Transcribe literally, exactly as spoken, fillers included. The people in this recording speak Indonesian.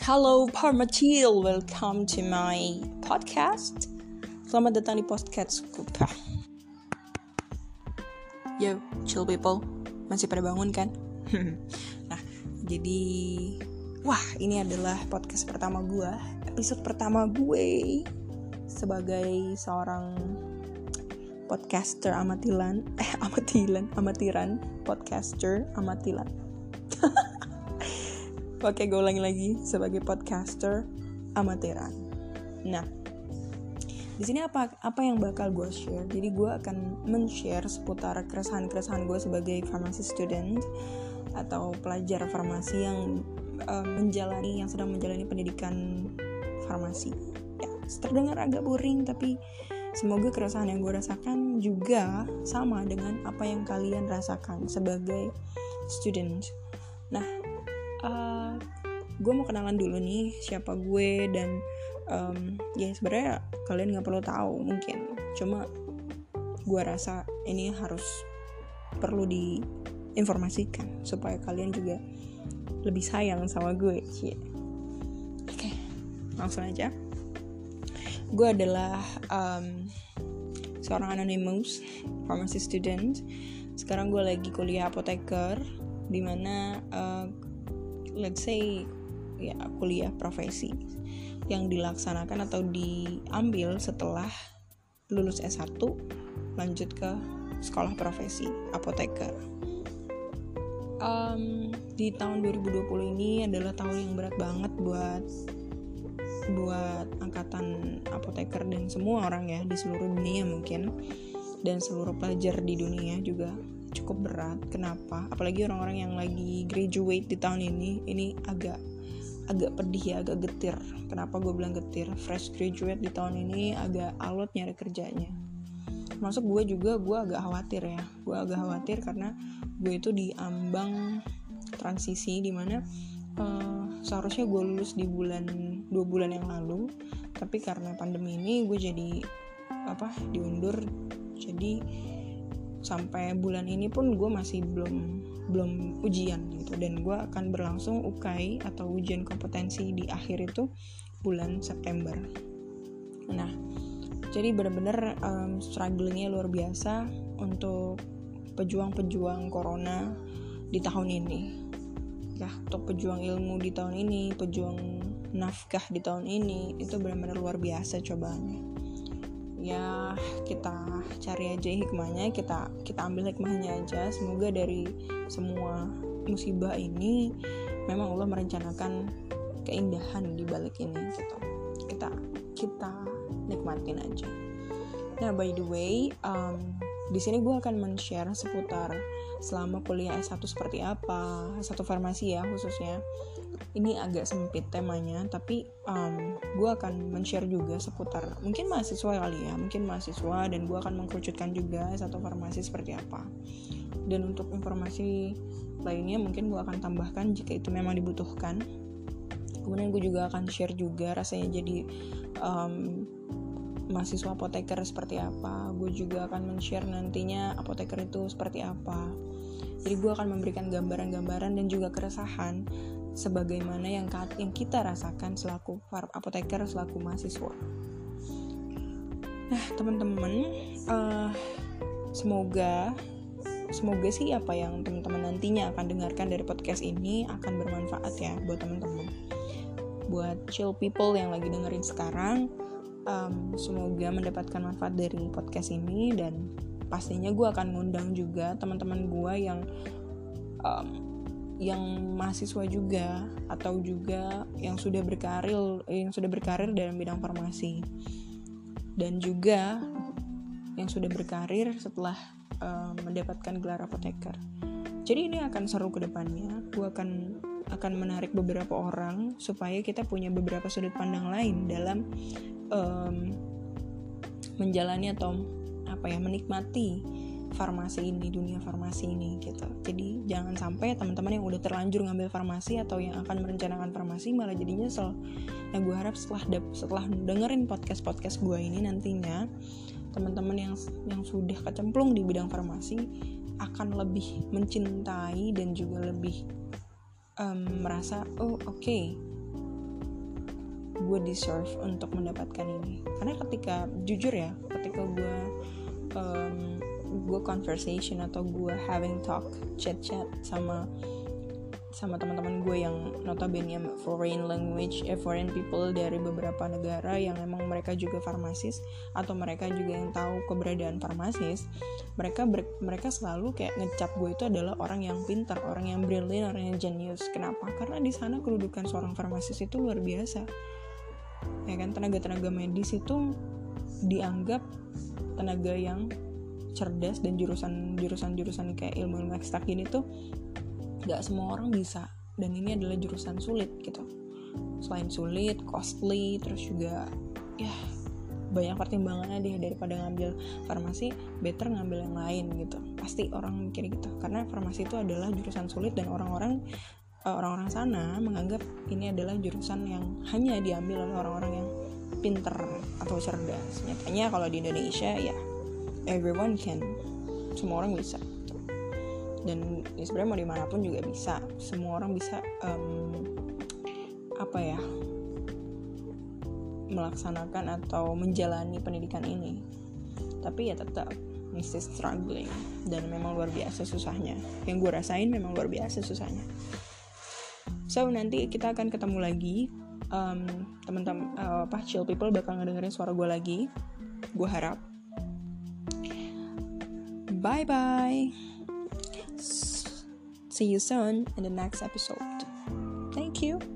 Halo Parmatil, welcome to my podcast. Selamat datang di podcast Kupa. Yo, chill people, masih pada bangun kan? Nah, jadi wah, ini adalah podcast pertama gue, episode pertama gue sebagai seorang podcaster amatilan, eh amatilan, amatiran, podcaster amatilan. Oke, gue ulangi lagi, sebagai podcaster amatiran. Nah, di sini apa apa yang bakal gue share? Jadi gue akan men-share seputar keresahan-keresahan gue sebagai pharmacy student atau pelajar farmasi yang uh, menjalani yang sedang menjalani pendidikan farmasi. Ya, terdengar agak boring, tapi semoga keresahan yang gue rasakan juga sama dengan apa yang kalian rasakan sebagai student. Nah, uh, gue mau kenalan dulu nih siapa gue dan um, ya sebenarnya kalian nggak perlu tahu mungkin, cuma gue rasa ini harus perlu diinformasikan supaya kalian juga lebih sayang sama gue. Cie. Oke, langsung aja. Gue adalah um, seorang anonymous pharmacy student. Sekarang gue lagi kuliah apoteker, dimana uh, let's say ya kuliah profesi yang dilaksanakan atau diambil setelah lulus S satu lanjut ke sekolah profesi apoteker. Um, di tahun dua ribu dua puluh ini adalah tahun yang berat banget buat buat angkatan apoteker dan semua orang ya di seluruh dunia mungkin, dan seluruh pelajar di dunia juga cukup berat. Kenapa? Apalagi orang-orang yang lagi graduate di tahun ini, ini agak agak pedih ya, agak getir. Kenapa gue bilang getir? Fresh graduate di tahun ini agak alot nyari kerjanya. Masuk gue juga, gue agak khawatir ya. Gue agak khawatir karena gue itu diambang transisi dimana uh, seharusnya gue lulus di bulan dua bulan yang lalu, tapi karena pandemi ini gue jadi apa diundur. Jadi sampai bulan ini pun gue masih belum belum ujian gitu, dan gue akan berlangsung U K I atau ujian kompetensi di akhir itu bulan September. Nah, jadi benar-benar um, struggle-nya luar biasa untuk pejuang-pejuang corona di tahun ini. Ya, untuk pejuang ilmu di tahun ini, pejuang nafkah di tahun ini, itu benar-benar luar biasa cobaannya. Ya, kita cari aja hikmahnya, kita kita ambil hikmahnya aja. Semoga dari semua musibah ini memang Allah merencanakan keindahan di balik ini gitu. Kita kita nikmatin aja. Nah, by the way, um, di sini gue akan men-share seputar selama kuliah S satu seperti apa, S satu farmasi ya khususnya. Ini agak sempit temanya, tapi um, gue akan men-share juga seputar mungkin mahasiswa kali ya, mungkin mahasiswa, dan gue akan mengkerucutkan juga S satu farmasi seperti apa. Dan untuk informasi lainnya mungkin gue akan tambahkan jika itu memang dibutuhkan. Kemudian gue juga akan share juga rasanya jadi um, mahasiswa apoteker seperti apa. Gue juga akan men-share nantinya apoteker itu seperti apa. Jadi gue akan memberikan gambaran-gambaran dan juga keresahan sebagaimana yang yang kita rasakan selaku apoteker, selaku mahasiswa. Nah, teman-teman, uh, semoga semoga sih apa yang teman-teman nantinya akan dengarkan dari podcast ini akan bermanfaat ya buat teman-teman. Buat chill people yang lagi dengerin sekarang, um, semoga mendapatkan manfaat dari podcast ini, dan pastinya gue akan ngundang juga teman-teman gue yang um, yang mahasiswa juga atau juga yang sudah berkarir yang sudah berkarir dalam bidang farmasi, dan juga yang sudah berkarir setelah uh, mendapatkan gelar apoteker. Jadi ini akan seru ke depannya. Gue akan akan menarik beberapa orang supaya kita punya beberapa sudut pandang lain dalam um, menjalani atau apa ya menikmati farmasi ini, dunia farmasi ini gitu. Jadi jangan sampai teman-teman yang udah terlanjur ngambil farmasi atau yang akan merencanakan farmasi malah jadi nyesel. Nah, gue harap setelah setelah dengerin podcast-podcast gue ini nantinya teman-teman yang yang sudah kecemplung di bidang farmasi akan lebih mencintai dan juga lebih um, merasa oh oke okay, gue deserve untuk mendapatkan ini. Karena ketika jujur ya, ketika gue um, gue conversation atau gue having talk, chat chat sama sama teman-teman gue yang notabene foreign language, eh, foreign people dari beberapa negara yang emang mereka juga farmasis atau mereka juga yang tahu keberadaan farmasis, mereka ber, mereka selalu kayak ngecap gue itu adalah orang yang pintar, orang yang brilliant, orang yang genius. Kenapa? Karena di sana kedudukan seorang farmasis itu luar biasa. Ya kan, tenaga-tenaga medis itu dianggap tenaga yang cerdas, dan jurusan jurusan-jurusan kayak ilmu-ilmu ekstrak gini tuh gak semua orang bisa, dan ini adalah jurusan sulit gitu. Selain sulit, costly, terus juga ya banyak pertimbangannya deh. Daripada ngambil farmasi, better ngambil yang lain gitu. Pasti orang mikir gitu, karena farmasi itu adalah jurusan sulit, dan orang-orang uh, orang-orang sana menganggap ini adalah jurusan yang hanya diambil oleh orang-orang yang pinter atau cerdas. Nyatanya kalau di Indonesia ya everyone can, semua orang bisa. Dan ya sebenarnya mau dimanapun juga bisa, semua orang bisa um, apa ya melaksanakan atau menjalani pendidikan ini. Tapi ya tetap mesti struggling, dan memang luar biasa susahnya. Yang gue rasain memang luar biasa susahnya. So nanti kita akan ketemu lagi, um, teman-teman uh, apa chill people bakal ngedengerin suara gue lagi, gue harap. Bye bye. See you soon in the next episode. Thank you.